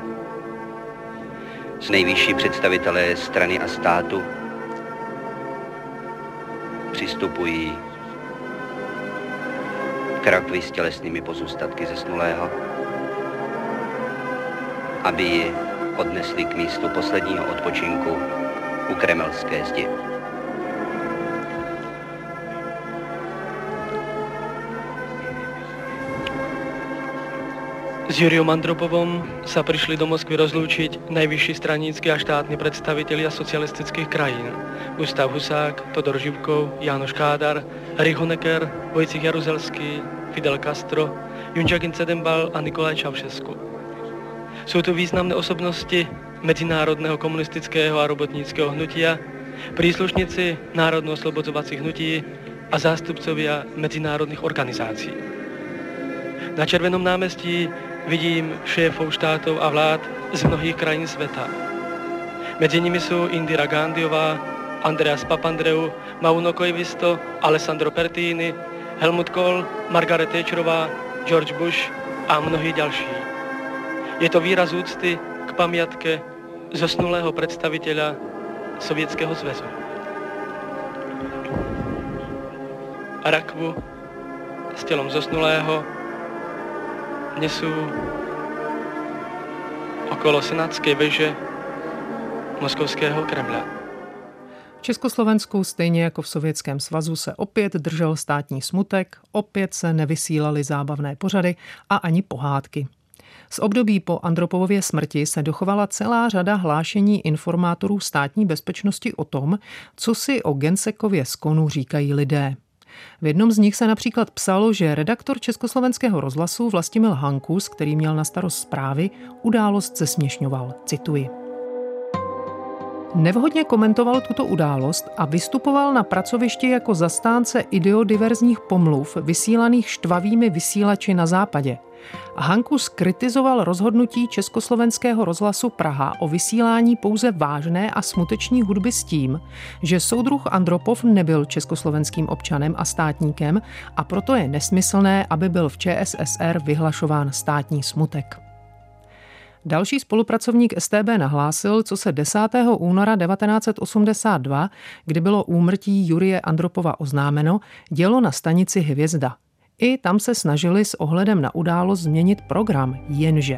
[SPEAKER 5] Z nejvyšší představitelé strany a státu přistupují k rakvi s tělesnými pozůstatky zesnulého, aby ji odnesli k místu posledního odpočinku u Kremelské zdi.
[SPEAKER 13] S Juriom Andropovom sa prišli do Moskvy rozlúčiť najvyšší stranícky a štátni predstavitelia socialistických krajín. Gustav Husák, Todor Živkov, Jánoš Kádar, Erich Honecker, Vojcich Jaruzelský, Fidel Castro, Junčakin Cedembal a Nikolaj Čaušesku. Sú to významné osobnosti medzinárodného komunistického a robotníckého hnutia, príslušníci národno-oslobodovacích hnutí a zástupcovia medzinárodných organizácií. Na Červenom námestí vidím šéfov štátov a vlád z mnohých krajín sveta. Medzi nimi sú Indira Gandhiová, Andreas Papandreou, Mauno Koivisto, Alessandro Pertini, Helmut Kohl, Margaret Thatcherová, George Bush a mnohí ďalší. Je to výraz úcty k pamiatke zosnulého predstaviteľa Sovětského zväzu. Rakvu s telom zosnulého nesú okolo senátské veže Moskovského Kremla.
[SPEAKER 1] V Československu, stejně jako v Sovětském svazu, se opět držel státní smutek, opět se nevysílaly zábavné pořady a ani pohádky. Z období po Andropovově smrti se dochovala celá řada hlášení informátorů státní bezpečnosti o tom, co si o Gensekově skonu říkají lidé. V jednom z nich se například psalo, že redaktor Československého rozhlasu Vlastimil Hankus, který měl na starost zprávy, událost zesměšňoval. Cituji. Nevhodně komentoval tuto událost a vystupoval na pracovišti jako zastánce ideodiverzních pomluv vysílaných štvavými vysílači na západě. Hankus kritizoval rozhodnutí Československého rozhlasu Praha o vysílání pouze vážné a smuteční hudby s tím, že soudruh Andropov nebyl československým občanem a státníkem a proto je nesmyslné, aby byl v ČSSR vyhlašován státní smutek. Další spolupracovník StB nahlásil, co se 10. února 1982, kdy bylo úmrtí Jurije Andropova oznámeno, dělo na stanici Hvězda. I tam se snažili s ohledem na událost změnit program, jenže.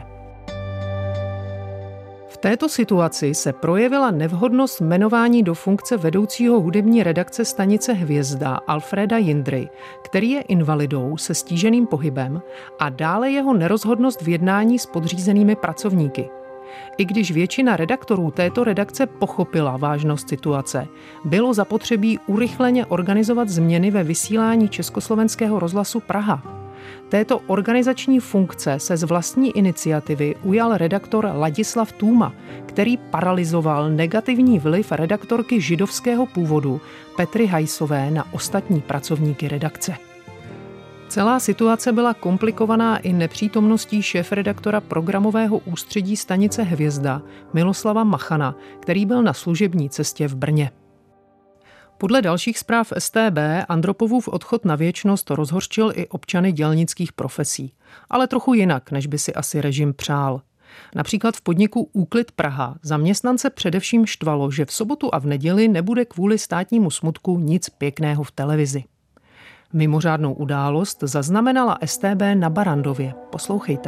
[SPEAKER 1] V této situaci se projevila nevhodnost jmenování do funkce vedoucího hudební redakce stanice Hvězda Alfreda Jindry, který je invalidou se stíženým pohybem, a dále jeho nerozhodnost v jednání s podřízenými pracovníky. I když většina redaktorů této redakce pochopila vážnost situace, bylo zapotřebí urychleně organizovat změny ve vysílání Československého rozhlasu Praha. Této organizační funkce se z vlastní iniciativy ujal redaktor Ladislav Tůma, který paralyzoval negativní vliv redaktorky židovského původu Petry Hajsové na ostatní pracovníky redakce. Celá situace byla komplikovaná i nepřítomností šéfredaktora programového ústředí stanice Hvězda Miloslava Machana, který byl na služební cestě v Brně. Podle dalších zpráv StB Andropovův odchod na věčnost rozhořčil i občany dělnických profesí, ale trochu jinak, než by si asi režim přál. Například v podniku Úklid Praha zaměstnance především štvalo, že v sobotu a v neděli nebude kvůli státnímu smutku nic pěkného v televizi. Mimořádnou událost zaznamenala StB na Barrandově. Poslouchejte.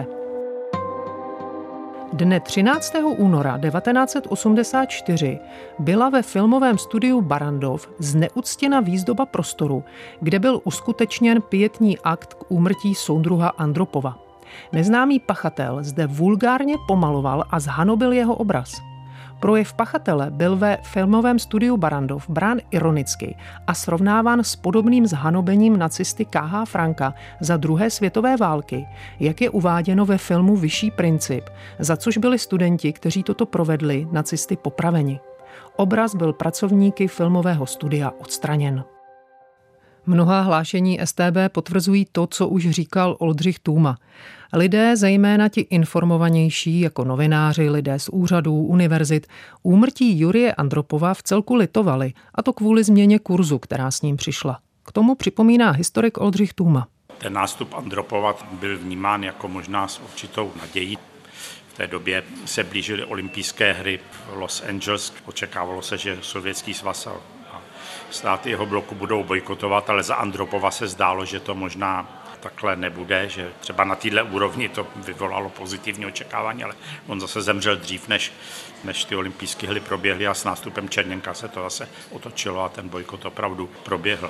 [SPEAKER 1] Dne 13. února 1984 byla ve filmovém studiu Barrandov zneuctěna výzdoba prostoru, kde byl uskutečněn pietní akt k úmrtí soudruha Andropova. Neznámý pachatel zde vulgárně pomaloval a zhanobil jeho obraz. Projev pachatele byl ve filmovém studiu Barrandov brán ironicky a srovnáván s podobným zhanobením nacisty K.H. Franka za druhé světové války, jak je uváděno ve filmu Vyšší princip, za což byli studenti, kteří toto provedli, nacisty popraveni. Obraz byl pracovníky filmového studia odstraněn. Mnohá hlášení StB potvrzují to, co už říkal Oldřich Tůma. Lidé, zejména ti informovanější, jako novináři, lidé z úřadů, univerzit, úmrtí Jurije Andropova vcelku litovali, a to kvůli změně kurzu, která s ním přišla. K tomu připomíná historik Oldřich Tůma.
[SPEAKER 12] Ten nástup Andropova byl vnímán jako možná s určitou nadějí. V té době se blížily olympijské hry v Los Angeles. Očekávalo se, že Sovětský svaz a státy jeho bloku budou bojkotovat, ale za Andropova se zdálo, že to možná takhle nebude, že třeba na této úrovni to vyvolalo pozitivní očekávání, ale on zase zemřel dřív, než ty olympijské hry proběhly a s nástupem Černěnka se to zase otočilo a ten bojkot opravdu proběhl.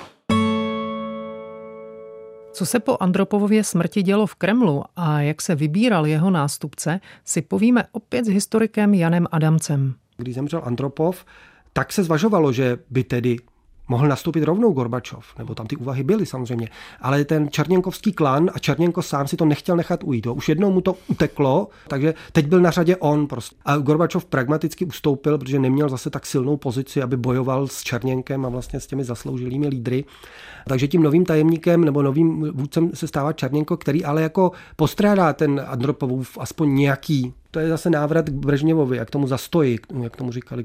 [SPEAKER 1] Co se po Andropovově smrti dělo v Kremlu a jak se vybíral jeho nástupce, si povíme opět s historikem Janem Adamcem.
[SPEAKER 4] Když zemřel Andropov, tak se zvažovalo, že by tedy mohl nastoupit rovnou Gorbačov, nebo tam ty úvahy byly samozřejmě, ale ten černěnkovský klan a Černěnko sám si to nechtěl nechat ujít. Už jednou mu to uteklo, takže teď byl na řadě on prostě. A Gorbačov pragmaticky ustoupil, protože neměl zase tak silnou pozici, aby bojoval s Černěnkem a vlastně s těmi zasloužilými lídry. Takže tím novým tajemníkem nebo novým vůdcem se stává Černěnko, který ale jako postrádá ten Andropovův aspoň nějaký. To je zase návrat k Brežněvovi, jak tomu zastoji, jak tomu říkali.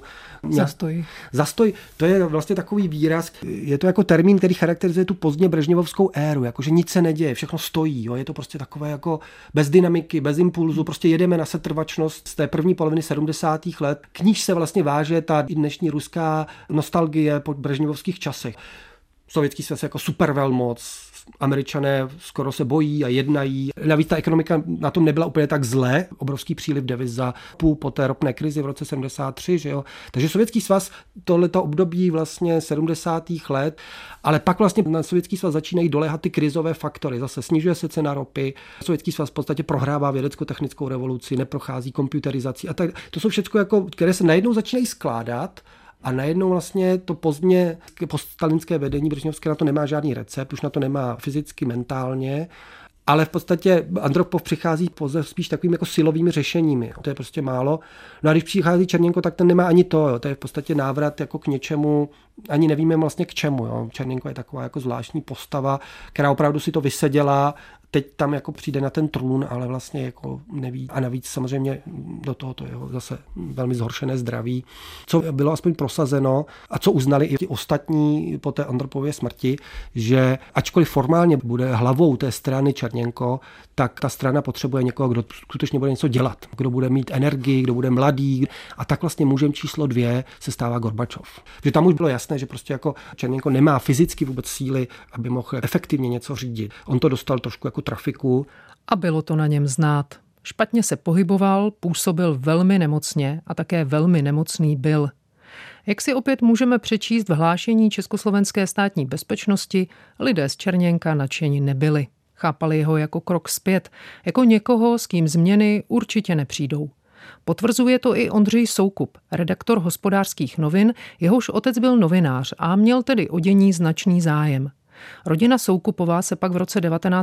[SPEAKER 4] Zastoj, to je vlastně takový výraz, je to jako termín, který charakterizuje tu pozdně brežněvovskou éru, jakože nic se neděje, všechno stojí, jo? Je to prostě takové jako bez dynamiky, bez impulzu, prostě jedeme na setrvačnost z té první poloviny 70. let, k níž se vlastně váže ta dnešní ruská nostalgie po brežněvovských časech. Sovětský svaz jako supervelmoc, Američané skoro se bojí a jednají. Navíc ta ekonomika na tom nebyla úplně tak zle. Obrovský příliv deviz za půl po té ropné krizi v roce 73. Že jo? Takže Sovětský svaz tohleto období vlastně 70. let, ale pak vlastně na Sovětský svaz začínají doléhat ty krizové faktory. Zase snižuje se cena ropy. Sovětský svaz v podstatě prohrává vědecko-technickou revoluci, neprochází komputerizací a tak. To jsou všechno, jako, které se najednou začínají skládat. A najednou vlastně to pozdně poststalinské vedení brežněvské na to nemá žádný recept, už na to nemá fyzicky, mentálně, ale v podstatě Andropov přichází spíš takovými jako silovými řešeními. To je prostě málo. No a když přichází Černěnko, tak ten nemá ani to. Jo. To je v podstatě návrat jako k něčemu, ani nevíme vlastně k čemu. Jo. Černěnko je taková jako zvláštní postava, která opravdu si to vyseděla. Teď tam jako přijde na ten trůn, ale vlastně jako neví. A navíc samozřejmě do tohoto jeho zase velmi zhoršené zdraví. Co bylo aspoň prosazeno a co uznali i ti ostatní po té Andropově smrti, že ačkoliv formálně bude hlavou té strany Černěnko, tak ta strana potřebuje někoho, kdo skutečně bude něco dělat, kdo bude mít energii, kdo bude mladý. A tak vlastně mužem číslo 2 se stává Gorbačov. Že tam už bylo jasné, že prostě jako Černěnko nemá fyzicky vůbec síly, aby mohl efektivně něco řídit. On to dostal trošku jako trafiku.
[SPEAKER 1] A bylo to na něm znát. Špatně se pohyboval, působil velmi nemocně a také velmi nemocný byl. Jak si opět můžeme přečíst v hlášení Československé státní bezpečnosti, lidé z Černěnka nadšeni nebyli. Chápali ho jako krok zpět, jako někoho, s kým změny určitě nepřijdou. Potvrzuje to i Ondřej Soukup, redaktor Hospodářských novin, jehož otec byl novinář a měl tedy o dění značný zájem. Rodina Soukupová se pak v roce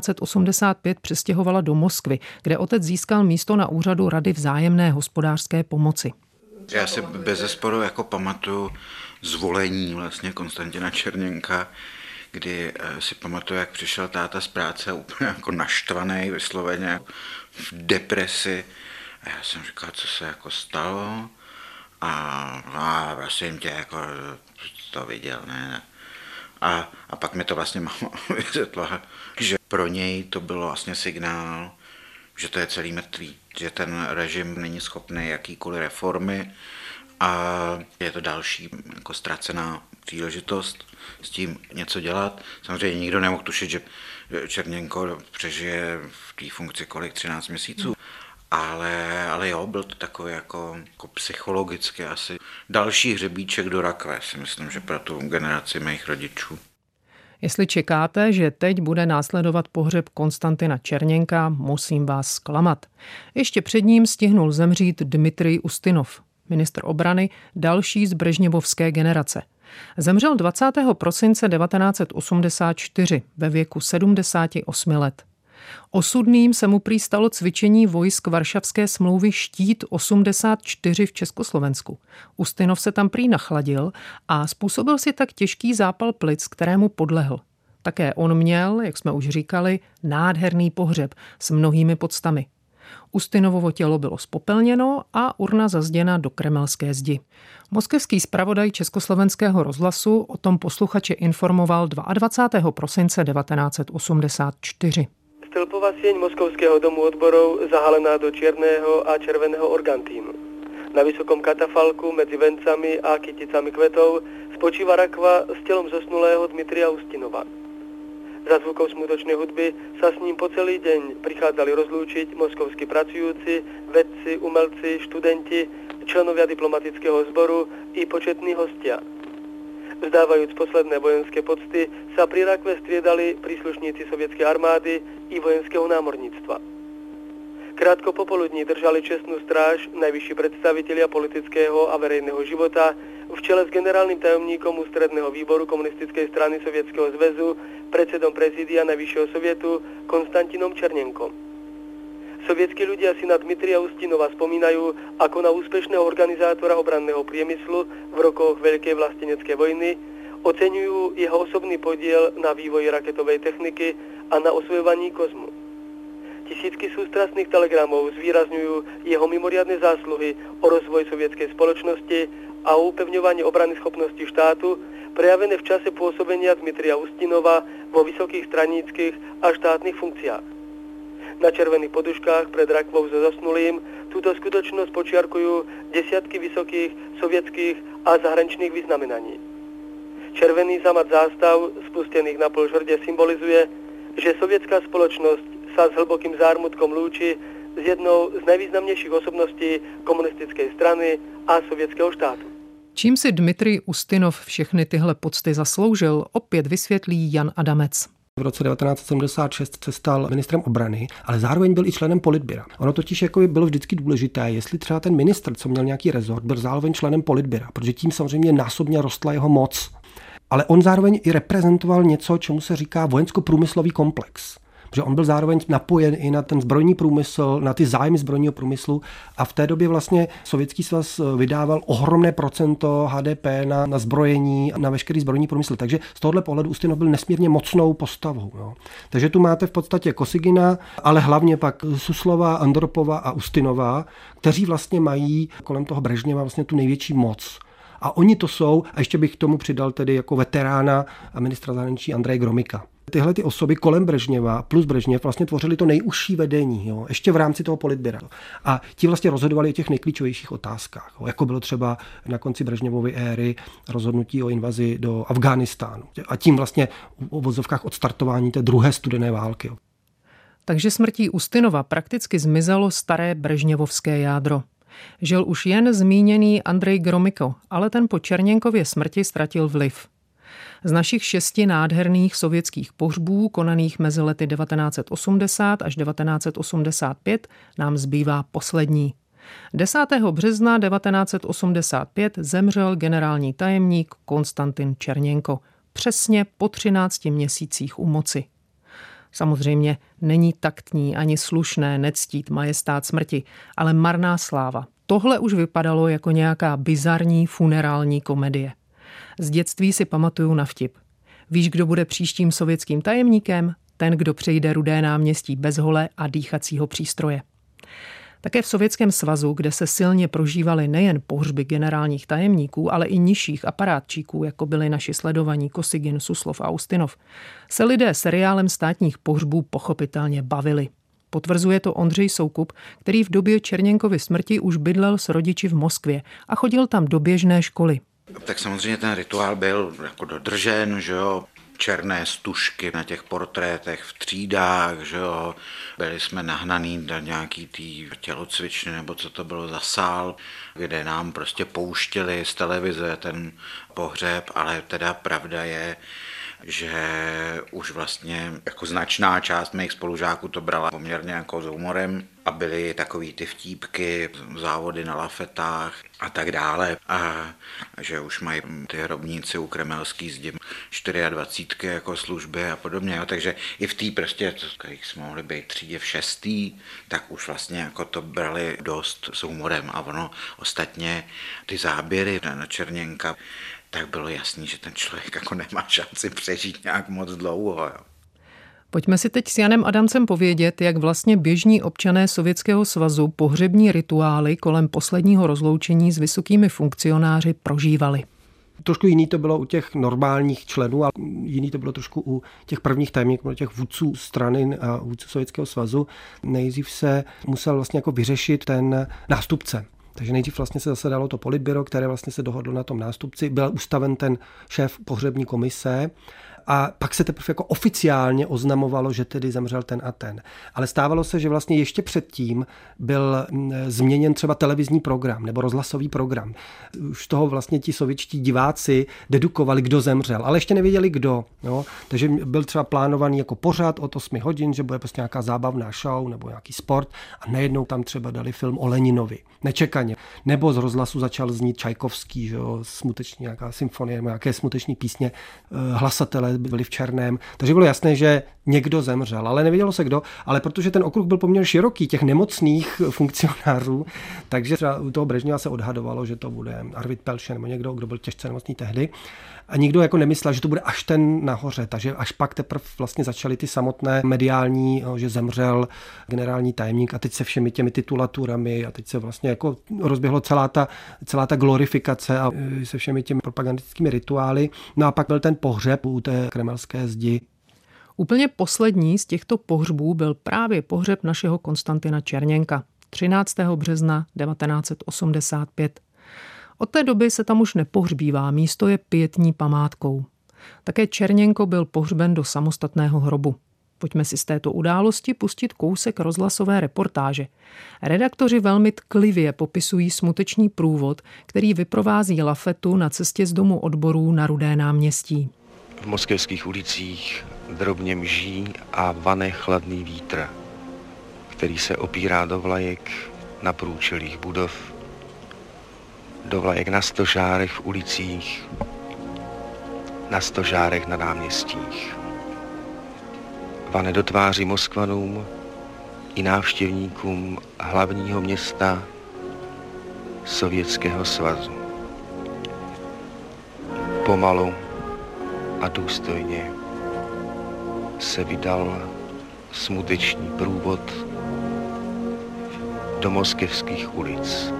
[SPEAKER 1] 1985 přestěhovala do Moskvy, kde otec získal místo na úřadu Rady vzájemné hospodářské pomoci.
[SPEAKER 14] Já si bezesporu jako pamatuju zvolení vlastně Konstantina Černěnka, kdy si pamatuju, jak přišel táta z práce úplně jako naštvaný, vysloveně v depresi. A já jsem říkal, co se jako stalo a prosím tě, jako to viděl, ne? A pak mi to vlastně máma vysvětla, že pro něj to bylo vlastně signál, že to je celý mrtvý, že ten režim není schopný jakýkoliv reformy a je to další jako ztracená příležitost s tím něco dělat. Samozřejmě nikdo nemohl tušit, že Černěnko přežije v té funkci 13 měsíců. Ale jo, byl to takový jako psychologicky asi další hřebíček do rakve, si myslím, že pro tu generaci mých rodičů.
[SPEAKER 1] Jestli čekáte, že teď bude následovat pohřeb Konstantina Černěnka, musím vás zklamat. Ještě před ním stihnul zemřít Dmitrij Ustinov, ministr obrany, další z brežněvovské generace. Zemřel 20. prosince 1984 ve věku 78 let. Osudným se mu prý stalo cvičení vojsk Varšavské smlouvy Štít 84 v Československu. Ustinov se tam prý nachladil a způsobil si tak těžký zápal plic, kterému podlehl. Také on měl, jak jsme už říkali, nádherný pohřeb s mnohými poctami. Ustinovovo tělo bylo spopelněno a urna zazděna do kremelské zdi. Moskevský zpravodaj Československého rozhlasu o tom posluchače informoval 22. prosince 1984.
[SPEAKER 13] Stĺpová sieň Moskovského domu odborov zahalená do čierneho a červeného organtínu. Na vysokom katafalku medzi vencami a kyticami kvetov spočíva rakva s telom zosnulého Dmitrija Ustinova. Za zvukov smutočnej hudby sa s ním po celý deň prichádzali rozlúčiť moskovskí pracujúci, vedci, umelci, študenti, členovia diplomatického zboru i početní hostia. Vzdávajúc posledné vojenské pocty sa pri rakve striedali príslušníci sovietskej armády i vojenského námorníctva. Krátko popoludní držali čestnú stráž najvyšší predstavitelia politického a verejného života v čele s generálnym tajomníkom ústredného výboru komunistickej strany Sovietskeho zväzu, predsedom prezídia Najvyššieho sovietu Konstantinom Černenkom. Sovietskí ľudia si na Dmitrija Ustinova spomínajú ako na úspešného organizátora obranného priemyslu v rokoch Veľkej vlasteneckej vojny, oceňujú jeho osobný podiel na vývoji raketovej techniky a na osvojovaní kozmu. Tisícky sústrastných telegramov zvýrazňujú jeho mimoriadne zásluhy o rozvoj sovietskej spoločnosti a o upevňovanie obrany schopnosti štátu, prejavené v čase pôsobenia Dmitrija Ustinova vo vysokých straníckych a štátnych funkciách. Na červených poduškách pred rakvou so zosnulým túto skutočnosť počiarkujú desiatky vysokých sovietských a zahraničných vyznamenaní. Červený zamat zástav spustených na pol žrde symbolizuje, že sovietská spoločnosť sa s hlbokým zármutkom lúči s jednou z najvýznamnejších osobností komunistickej strany a sovětského štátu.
[SPEAKER 1] Čím si Dmitrij Ustinov všechny tyhle pocty zasloužil, opět vysvětlí Jan Adamec.
[SPEAKER 4] V roce 1976 se stal ministrem obrany, ale zároveň byl i členem politbyra. Ono totiž jako bylo vždycky důležité, jestli třeba ten ministr, co měl nějaký rezort, byl zároveň členem politbyra, protože tím samozřejmě násobně rostla jeho moc. Ale on zároveň i reprezentoval něco, čemu se říká vojensko-průmyslový komplex. Protože on byl zároveň napojen i na ten zbrojní průmysl, na ty zájmy zbrojního průmyslu a v té době vlastně Sovětský svaz vydával ohromné procento HDP na zbrojení, na veškerý zbrojní průmysl. Takže z tohohle pohledu Ustinov byl nesmírně mocnou postavou. Jo. Takže tu máte v podstatě Kosygina, ale hlavně pak Suslova, Andropova a Ustinova, kteří vlastně mají kolem toho Brežněva vlastně tu největší moc. A oni to jsou, a ještě bych k tomu přidal tedy jako veterána a ministra zahraničí Andreje Gromyka. Tyhle ty osoby kolem Brežněva plus Brežněv vlastně tvořili to nejužší vedení, jo, ještě v rámci toho politbyra. A ti vlastně rozhodovali o těch nejklíčovějších otázkách, jo, jako bylo třeba na konci Brežněvovy éry rozhodnutí o invazi do Afghánistánu. A tím vlastně o vozovkách odstartování té druhé studené války. Jo.
[SPEAKER 1] Takže smrtí Ustinova prakticky zmizelo staré brežněvovské jádro. Žil už jen zmíněný Andrej Gromyko, ale ten po Černěnkově smrti ztratil vliv. Z našich 6 nádherných sovětských pohřbů, konaných mezi lety 1980 až 1985, nám zbývá poslední. 10. března 1985 zemřel generální tajemník Konstantin Černěnko, přesně po 13 měsících u moci. Samozřejmě není taktní ani slušné nectít majestát smrti, ale marná sláva. Tohle už vypadalo jako nějaká bizarní funerální komedie. Z dětství si pamatuju na vtip. Víš, kdo bude příštím sovětským tajemníkem? Ten, kdo přejde Rudé náměstí bez hole a dýchacího přístroje. Také v Sovětském svazu, kde se silně prožívaly nejen pohřby generálních tajemníků, ale i nižších aparátčíků, jako byli naši sledovaní Kosygin, Suslov a Ustinov, se lidé seriálem státních pohřbů pochopitelně bavili. Potvrzuje to Ondřej Soukup, který v době Černěnkovy smrti už bydlel s rodiči v Moskvě a chodil tam do běžné školy.
[SPEAKER 14] Tak samozřejmě ten rituál byl jako dodržen, že jo, černé stužky na těch portrétech v třídách, že jo, byli jsme nahnaný do nějaký tý tělocvičny, nebo co to bylo za sál, kde nám prostě pouštěli z televize ten pohřeb, ale teda pravda je, že už vlastně jako značná část mých spolužáků to brala poměrně jako s humorem a byly takový ty vtípky, závody na lafetách a tak dále. A že už mají ty hrobníci u Kremelský zdi 24 jako služby a podobně. Jo. Takže i v té prostě, kterých jsme mohli být třídě v 6., tak už vlastně jako to brali dost s humorem. A ono ostatně ty záběry na Černěnka, tak bylo jasný, že ten člověk jako nemá šanci přežít nějak moc dlouho. Jo.
[SPEAKER 1] Pojďme si teď s Janem Adamcem povědět, jak vlastně běžní občané Sovětského svazu pohřební rituály kolem posledního rozloučení s vysokými funkcionáři prožívali.
[SPEAKER 4] Trošku jiný to bylo u těch normálních členů a jiný to bylo trošku u těch prvních tajemníků, těch vůdců strany a vůdců Sovětského svazu. Nejdřív se musel vlastně jako vyřešit ten nástupce. Takže nejdřív vlastně se zasedalo to politbyro, které vlastně se dohodlo na tom nástupci. Byl ustaven ten šéf pohřební komise a pak se teprve jako oficiálně oznamovalo, že tedy zemřel ten a ten. Ale stávalo se, že vlastně ještě předtím byl změněn třeba televizní program nebo rozhlasový program. Už toho vlastně ti sovětští diváci dedukovali, kdo zemřel, ale ještě nevěděli kdo. Jo? Takže byl třeba plánovaný jako pořad od 8 hodin, že bude prostě nějaká zábavná show nebo nějaký sport a najednou tam třeba dali film o Leninovi. Nečekaně. Nebo z rozhlasu začal znít Čajkovský, že jo, smuteční nějaká symfonie nebo nějaké smuteční písně, hlasatelé byli v černém. Takže bylo jasné, že někdo zemřel, ale nevědělo se kdo, ale protože ten okruh byl poměrně široký, těch nemocných funkcionářů, takže třeba u toho Brežněva se odhadovalo, že to bude Arvid Pelše nebo někdo, kdo byl těžce nemocný tehdy. A nikdo jako nemyslel, že to bude až ten nahoře, takže až pak teprve vlastně začaly ty samotné mediální, že zemřel generální tajemník a teď se všemi těmi titulaturami a teď se vlastně jako rozběhlo celá ta glorifikace a se všemi těmi propagandistickými rituály. No a pak byl ten pohřeb u té Kremelské zdi.
[SPEAKER 1] Úplně poslední z těchto pohřbů byl právě pohřeb našeho Konstantina Černěnka 13. března 1985. Od té doby se tam už nepohřbívá, místo je pietní památkou. Také Černěnko byl pohřben do samostatného hrobu. Pojďme si z této události pustit kousek rozhlasové reportáže. Redaktoři velmi tklivě popisují smutečný průvod, který vyprovází lafetu na cestě z domu odborů na Rudé náměstí.
[SPEAKER 15] V moskevských ulicích drobně mží a vane chladný vítr, který se opírá do vlajek na průčelích budov, do vlajek na stožárech v ulicích, na stožárech na náměstích. Vane do tváří Moskvanům i návštěvníkům hlavního města Sovětského svazu. Pomalu a důstojně se vydal smutečný průvod do moskevských ulic.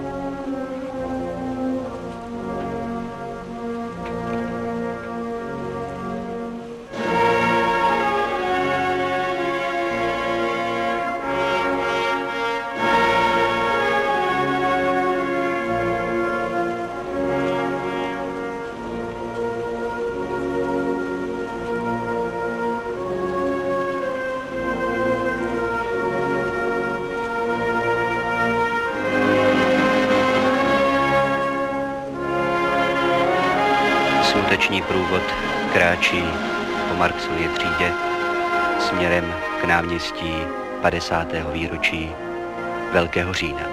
[SPEAKER 5] Smuteční průvod kráčí po Marxově třídě směrem k náměstí 50. výročí Velkého října.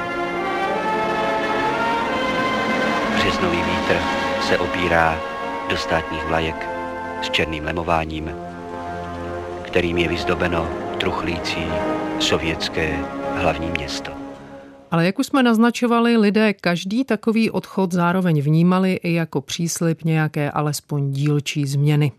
[SPEAKER 5] Březnový vítr se opírá do státních vlajek s černým lemováním, kterým je vyzdobeno truchlící sovětské hlavní město.
[SPEAKER 1] Ale jak už jsme naznačovali, lidé každý takový odchod zároveň vnímali i jako příslib nějaké alespoň dílčí změny.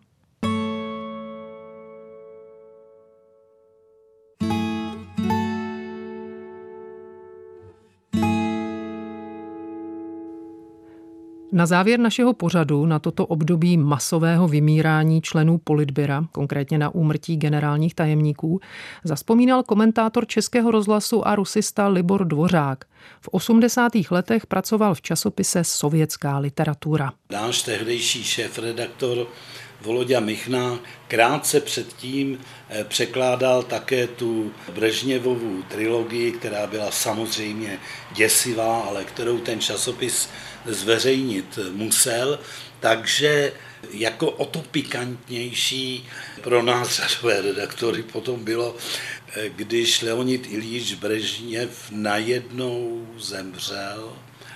[SPEAKER 1] Na závěr našeho pořadu na toto období masového vymírání členů politbyra, konkrétně na úmrtí generálních tajemníků, zavzpomínal komentátor Českého rozhlasu a rusista Libor Dvořák. V 80. letech pracoval v časopise Sovětská literatura.
[SPEAKER 16] Náš tehdejší šéfredaktor Volodya Michna krátce předtím překládal také tu Brežněvovu trilogii, která byla samozřejmě děsivá, ale kterou ten časopis zveřejnit musel, takže jako o to pikantnější pro nás řadové redaktory potom bylo, když Leonid Iljič Brežněv najednou zemřel.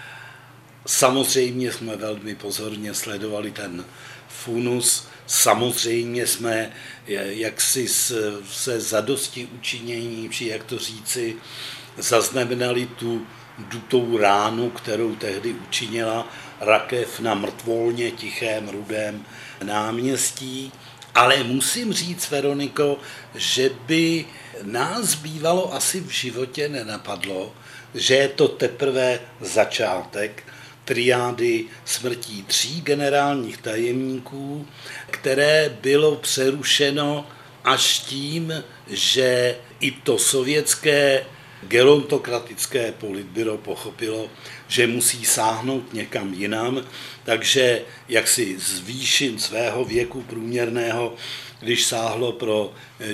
[SPEAKER 16] Samozřejmě jsme velmi pozorně sledovali ten funus, samozřejmě jsme jaksi se zadosti učinění, či jak to říci, zaznamenali tu dutou ránu, kterou tehdy učinila rakev na mrtvolně tichém Rudém náměstí. Ale musím říct, Veroniko, že by nás bývalo asi v životě nenapadlo, že je to teprve začátek triády smrtí 3 generálních tajemníků, které bylo přerušeno až tím, že i to sovětské gerontokratické politbyro pochopilo, že musí sáhnout někam jinam, takže jaksi z výšin svého věku průměrného, když sáhlo pro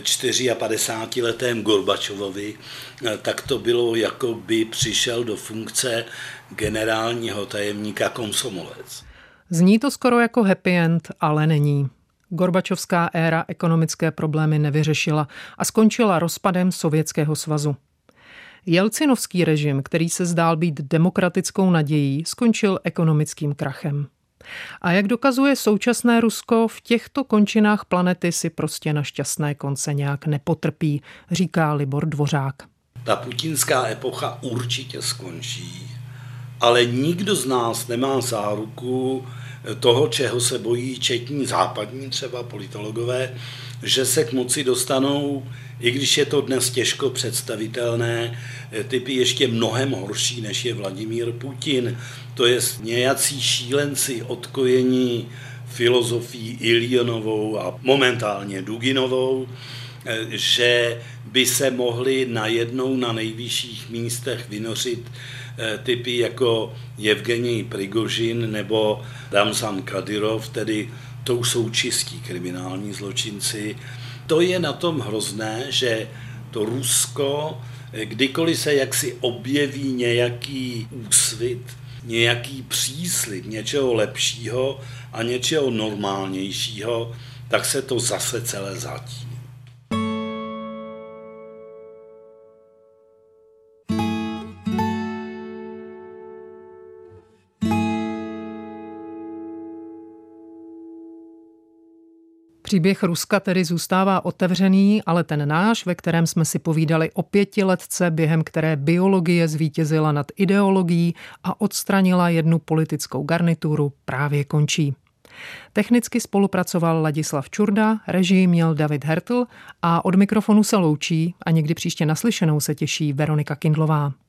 [SPEAKER 16] 54letém Gorbačovovi, tak to bylo, jako by přišel do funkce generálního tajemníka Komsomolec.
[SPEAKER 1] Zní to skoro jako happy end, ale není. Gorbačovská éra ekonomické problémy nevyřešila a skončila rozpadem Sovětského svazu. Jelcinovský režim, který se zdál být demokratickou nadějí, skončil ekonomickým krachem. A jak dokazuje současné Rusko, v těchto končinách planety si prostě na šťastné konce nějak nepotrpí, říká Libor Dvořák.
[SPEAKER 16] Ta putinská epocha určitě skončí, ale nikdo z nás nemá záruku toho, čeho se bojí četní západní třeba politologové, že se k moci dostanou, i když je to dnes těžko představitelné, typy ještě mnohem horší, než je Vladimír Putin. To je nějací šílenci odkojení filozofií Iljonovou a momentálně Duginovou, že by se mohli najednou na nejvyšších místech vynořit typy jako Jevgenij Prigožin nebo Ramzan Kadyrov, tedy to už jsou čistí kriminální zločinci. To je na tom hrozné, že to Rusko, kdykoliv se jaksi objeví nějaký úsvit, nějaký příslib něčeho lepšího a něčeho normálnějšího, tak se to zase celé zhatí.
[SPEAKER 1] Příběh Ruska tedy zůstává otevřený, ale ten náš, ve kterém jsme si povídali o 5letce, během které biologie zvítězila nad ideologií a odstranila jednu politickou garnituru, právě končí. Technicky spolupracoval Ladislav Čurda, režii měl David Hertl a od mikrofonu se loučí a někdy příště naslyšenou se těší Veronika Kindlová.